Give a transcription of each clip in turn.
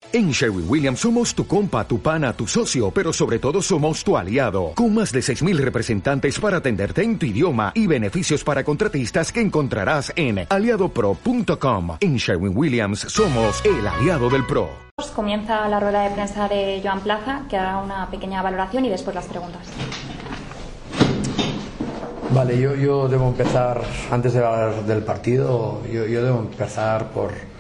En Sherwin-Williams somos tu compa, tu pana, tu socio, pero sobre todo somos tu aliado, con más de 6,000 representantes para atenderte en tu idioma y beneficios para contratistas que encontrarás en aliadopro.com. En Sherwin-Williams somos el aliado del pro. Comienza la rueda de prensa de Joan Plaza, que hará una pequeña valoración y después las preguntas. Vale, yo debo empezar, antes de hablar del partido, yo debo empezar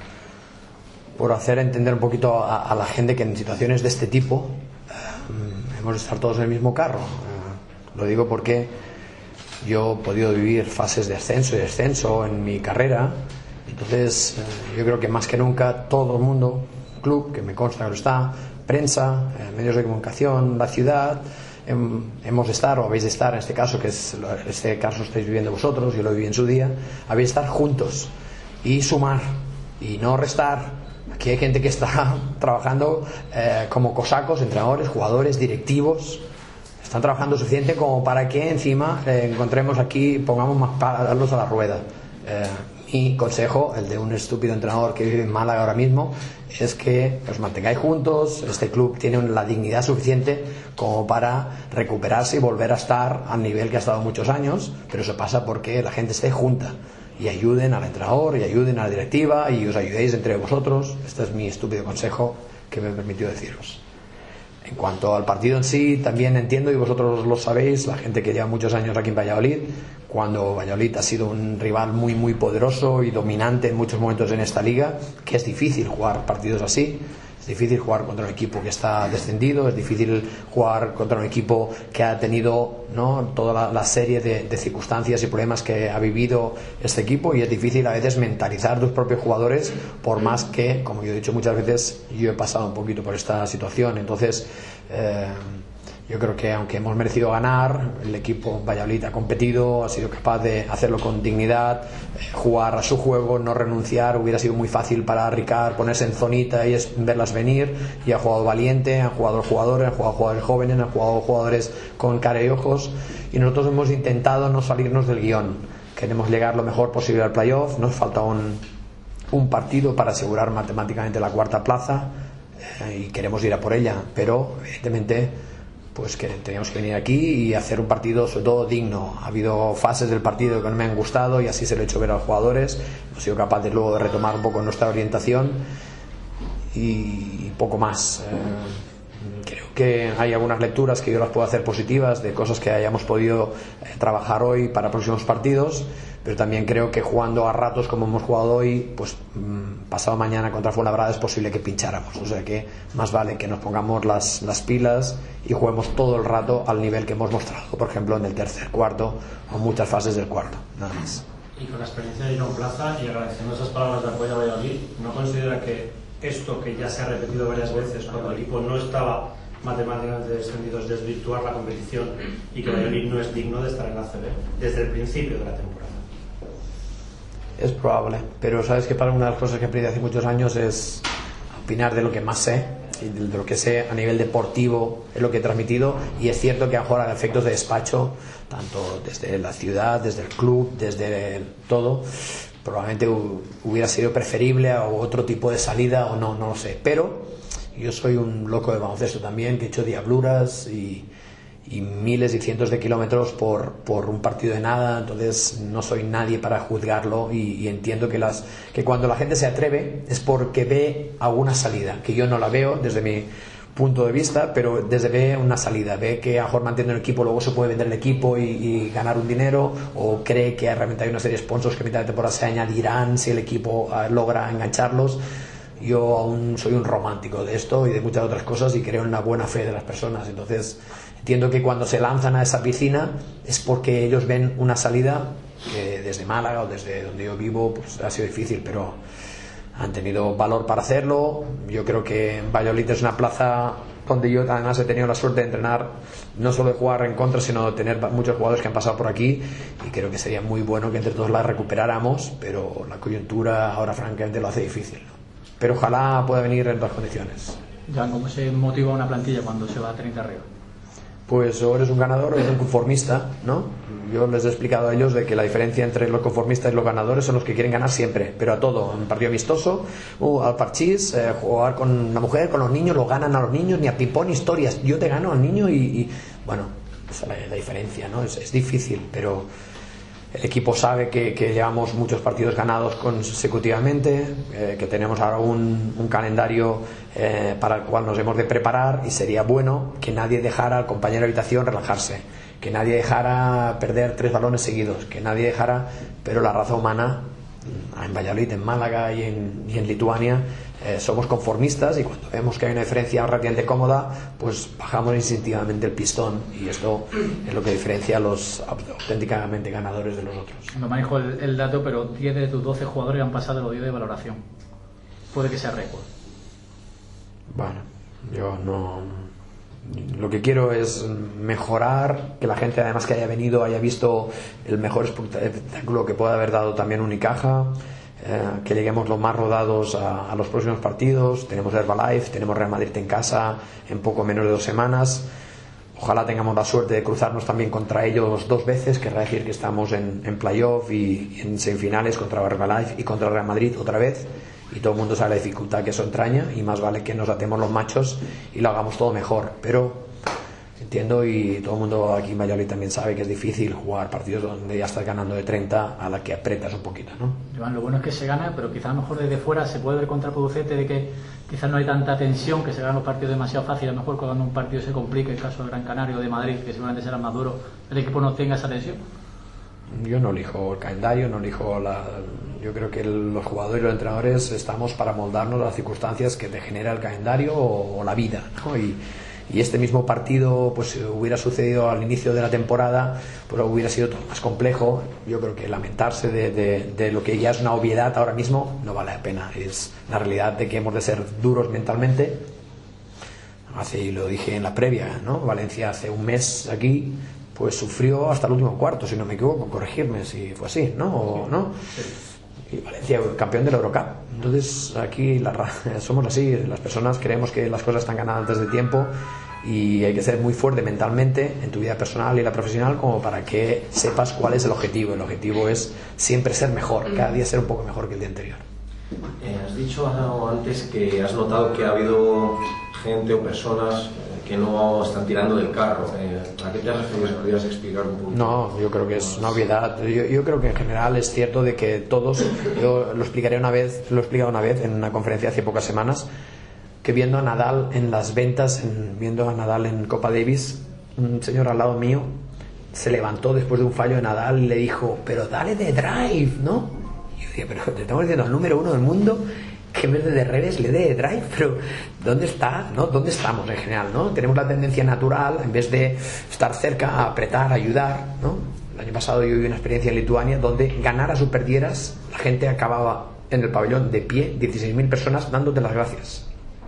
por hacer entender un poquito a la gente que en situaciones de este tipo hemos de estar todos en el mismo carro. Lo digo porque yo he podido vivir fases de ascenso y descenso en mi carrera. Entonces yo creo que más que nunca todo el mundo, club, que me consta que lo está, prensa, medios de comunicación, la ciudad, hemos de estar, o habéis de estar en este caso, que es este caso estáis viviendo vosotros, yo lo viví en su día, habéis de estar juntos y sumar y no restar. Aquí hay gente que está trabajando como cosacos, entrenadores, jugadores, directivos. Están trabajando suficiente como para que encima encontremos aquí, pongamos más palos a la rueda. Mi consejo, el de un estúpido entrenador que vive en Málaga ahora mismo, es que os mantengáis juntos. Este club tiene la dignidad suficiente como para recuperarse y volver a estar al nivel que ha estado muchos años, pero eso pasa porque la gente esté junta y ayuden al entrenador y ayuden a la directiva y os ayudéis entre vosotros. Este es mi estúpido consejo que me permitió deciros. En cuanto al partido en sí, también entiendo, y vosotros lo sabéis, la gente que lleva muchos años aquí en Valladolid, cuando Valladolid ha sido un rival muy muy poderoso y dominante en muchos momentos en esta liga, que es difícil jugar partidos así. Es difícil jugar contra un equipo que está descendido, es difícil jugar contra un equipo que ha tenido, ¿no?, toda la serie de circunstancias y problemas que ha vivido este equipo, y es difícil a veces mentalizar tus propios jugadores, por más que, como yo he dicho muchas veces, yo he pasado un poquito por esta situación. Entonces yo creo que aunque hemos merecido ganar, el equipo Valladolid ha competido, ha sido capaz de hacerlo con dignidad, jugar a su juego, no renunciar. Hubiera sido muy fácil para Ricard ponerse en zonita y verlas venir, y ha jugado valiente, han jugado jugadores, han jugado jugadores jóvenes, han jugado jugadores con cara y ojos, y nosotros hemos intentado no salirnos del guión. Queremos llegar lo mejor posible al playoff, nos falta un partido para asegurar matemáticamente la cuarta plaza, y queremos ir a por ella, pero evidentemente pues que teníamos que venir aquí y hacer un partido sobre todo digno. Ha habido fases del partido que no me han gustado y así se lo he hecho ver a los jugadores. Hemos sido capaces luego de retomar un poco nuestra orientación y poco más. Creo que hay algunas lecturas que yo las puedo hacer positivas de cosas que hayamos podido trabajar hoy para próximos partidos, pero también creo que jugando a ratos como hemos jugado hoy, pues pasado mañana contra Fuenlabrada es posible que pincháramos. O sea que más vale que nos pongamos las pilas y juguemos todo el rato al nivel que hemos mostrado, por ejemplo en el tercer cuarto o muchas fases del cuarto, nada más. Y con la experiencia de Joan Plaza, y agradeciendo esas palabras de apoyo a Valladolid, ¿no considera que esto que ya se ha repetido varias veces cuando el equipo no estaba matemáticamente descendido es desvirtuar la competición, y que Valladolid no es digno de estar en la ACB desde el principio de la temporada? Es probable, pero sabes que para una de las cosas que aprendí hace muchos años es opinar de lo que más sé, y de lo que sé a nivel deportivo es lo que he transmitido, y es cierto que a lo mejor a efectos de despacho, tanto desde la ciudad, desde el club, desde todo, probablemente hubiera sido preferible a otro tipo de salida, o no lo sé. Pero yo soy un loco de baloncesto también, que he hecho diabluras y miles y cientos de kilómetros por un partido de nada. Entonces no soy nadie para juzgarlo, y entiendo que cuando la gente se atreve es porque ve alguna salida, que yo no la veo desde mi punto de vista, pero desde ve una salida, ve que a lo mejor mantener el equipo, luego se puede vender el equipo y ganar un dinero, o cree que realmente hay una serie de sponsors que a mitad de temporada se añadirán si el equipo logra engancharlos. Yo aún soy un romántico de esto y de muchas otras cosas, y creo en la buena fe de las personas. Entonces entiendo que cuando se lanzan a esa piscina es porque ellos ven una salida que desde Málaga o desde donde yo vivo pues ha sido difícil, pero han tenido valor para hacerlo. Yo creo que Valladolid es una plaza donde yo además he tenido la suerte de entrenar, no solo de jugar en contra, sino de tener muchos jugadores que han pasado por aquí, y creo que sería muy bueno que entre todos la recuperáramos, pero la coyuntura ahora francamente lo hace difícil, ¿no? Pero ojalá pueda venir en otras condiciones. Jan, ¿cómo se motiva una plantilla cuando se va a 30 arriba? pues o eres un ganador o eres un conformista, ¿no? Yo les he explicado a ellos de que la diferencia entre los conformistas y los ganadores son los que quieren ganar siempre, pero a todo, un partido amistoso, al parchís, jugar con una mujer, con los niños, lo ganan a los niños, ni a ping-pong, ni historias, yo te gano al niño y bueno, esa es la diferencia, ¿no? Es difícil, pero el equipo sabe que llevamos muchos partidos ganados consecutivamente, que tenemos ahora un calendario para el cual nos hemos de preparar, y sería bueno que nadie dejara al compañero de habitación relajarse, que nadie dejara perder 3 balones seguidos, que nadie dejara, pero la raza humana en Valladolid, en Málaga y en Lituania somos conformistas, y cuando vemos que hay una diferencia relativamente cómoda, pues bajamos instintivamente el pistón, y esto es lo que diferencia a los auténticamente ganadores de los otros. No manejo el dato, pero 10 de tus 12 jugadores han pasado los 10 de valoración. Puede que sea récord. Bueno, yo no... Lo que quiero es mejorar, que la gente además que haya venido haya visto el mejor espectáculo que pueda haber dado también Unicaja, que lleguemos los más rodados a los próximos partidos. Tenemos Herbalife, tenemos Real Madrid en casa en poco menos de 2 semanas. Ojalá tengamos la suerte de cruzarnos también contra ellos 2 veces, querrá decir que estamos en playoff y en semifinales contra Herbalife y contra Real Madrid otra vez, y todo el mundo sabe la dificultad que eso entraña, y más vale que nos atemos los machos y lo hagamos todo mejor. Pero entiendo, y todo el mundo aquí en Valladolid también sabe, que es difícil jugar partidos donde ya estás ganando de 30 a la que apretas un poquito, ¿no? Joan, lo bueno es que se gana, pero quizás a lo mejor desde fuera se puede ver contraproducente de que quizás no hay tanta tensión, que se ganan los partidos demasiado fácil. A lo mejor cuando un partido se complique, el caso de Gran Canaria o de Madrid, que seguramente será más duro, el equipo no tenga esa tensión. Yo no elijo el calendario, no elijo yo creo que los jugadores y los entrenadores estamos para moldarnos las circunstancias que te genera el calendario o la vida, ¿no? Y este mismo partido, pues si hubiera sucedido al inicio de la temporada, pues hubiera sido todo más complejo. Yo creo que lamentarse de lo que ya es una obviedad ahora mismo no vale la pena. Es la realidad de que hemos de ser duros mentalmente. Y lo dije en la previa, ¿no? Valencia hace un mes aquí pues sufrió hasta el último cuarto, si no me equivoco, corregirme si fue así, ¿no? ¿O no? Y Valencia campeón de la Eurocup. Entonces aquí somos así, las personas creemos que las cosas están ganadas antes de tiempo, y hay que ser muy fuerte mentalmente en tu vida personal y la profesional como para que sepas cuál es el objetivo. El objetivo es siempre ser mejor, cada día ser un poco mejor que el día anterior. Has dicho antes que has notado que ha habido gente o personas que no están tirando del carro. ¿A qué te refieres? ¿Podrías explicar un poco? No, yo creo que es una obviedad. Yo creo que en general es cierto de que todos, yo lo he explicado una vez en una conferencia hace pocas semanas, que viendo a Nadal en las ventas, viendo a Nadal en Copa Davis, un señor al lado mío se levantó después de un fallo de Nadal y le dijo, pero dale de drive, ¿no? Y yo dije, pero te estamos diciendo al número 1 del mundo que en vez de revés le dé drive, pero ¿dónde está? ¿No? ¿Dónde estamos en general? ¿No? Tenemos la tendencia natural, en vez de estar cerca, a apretar, a ayudar, ¿no? El año pasado yo viví una experiencia en Lituania donde ganaras o perdieras, la gente acababa en el pabellón de pie, 16.000 personas dándote las gracias,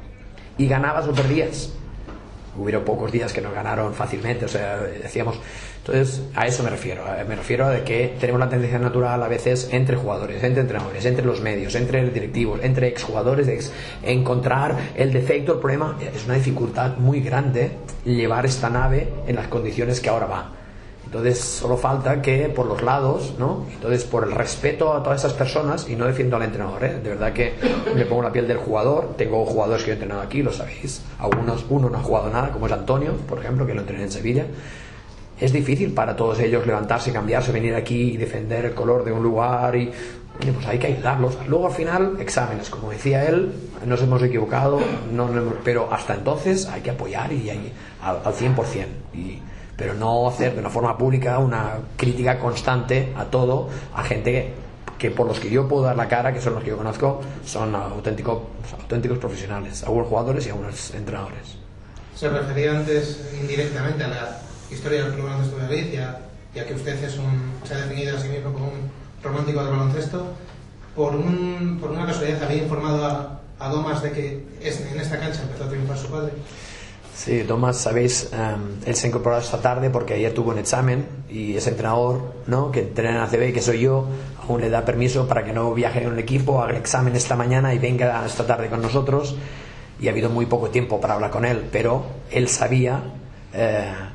y ganabas o perdías. Hubieron pocos días que nos ganaron fácilmente, o sea, decíamos. Entonces, a eso me refiero a de que tenemos la tendencia natural a veces entre jugadores, entre entrenadores, entre los medios, entre directivos, entre exjugadores, encontrar el defecto, el problema. Es una dificultad muy grande llevar esta nave en las condiciones que ahora va. Entonces solo falta que por los lados, ¿no? Entonces, por el respeto a todas esas personas, y no defiendo al entrenador, de verdad que me pongo la piel del jugador. Tengo jugadores que he entrenado aquí, lo sabéis, uno no ha jugado nada, como es Antonio, por ejemplo, que lo entrené en Sevilla. Es difícil para todos ellos levantarse, cambiarse, venir aquí y defender el color de un lugar, y pues hay que ayudarlos. Luego al final, exámenes, como decía él, nos hemos equivocado, pero hasta entonces hay que apoyar y al 100%, pero no hacer de una forma pública una crítica constante a todo, a gente que por los que yo puedo dar la cara, que son los que yo conozco, son auténticos profesionales, algunos jugadores y algunos entrenadores. Se refería antes indirectamente a la historia del Club Baloncesto de Galicia, ya que usted se ha definido a sí mismo como un romántico del baloncesto. Por una casualidad, ¿había informado a Domas de que en esta cancha empezó a triunfar su padre? Sí, Domas, sabéis, él se ha incorporado esta tarde porque ayer tuvo un examen, y ese entrenador, ¿no?, que entrena en ACB, que soy yo, aún le da permiso para que no viaje en un equipo, haga el examen esta mañana y venga esta tarde con nosotros, y ha habido muy poco tiempo para hablar con él, pero él sabía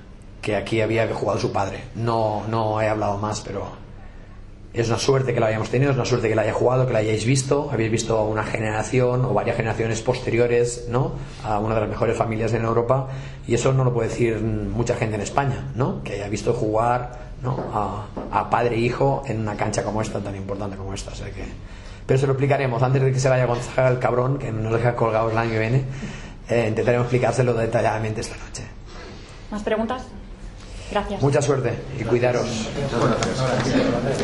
que aquí había jugado su padre. No he hablado más, pero es una suerte que lo hayamos tenido, es una suerte que la haya jugado, que la hayáis visto. Habéis visto una generación o varias generaciones posteriores, ¿no?, a una de las mejores familias en Europa, y eso no lo puede decir mucha gente en España, ¿no?, que haya visto jugar, ¿no?, a padre e hijo en una cancha como esta, tan importante como esta. O sea que... Pero se lo explicaremos antes de que se vaya Gonzaga, el cabrón, que nos deja colgados el año que viene. Intentaremos explicárselo detalladamente esta noche. ¿Más preguntas? Gracias. Mucha suerte y cuidaros. Muchas gracias.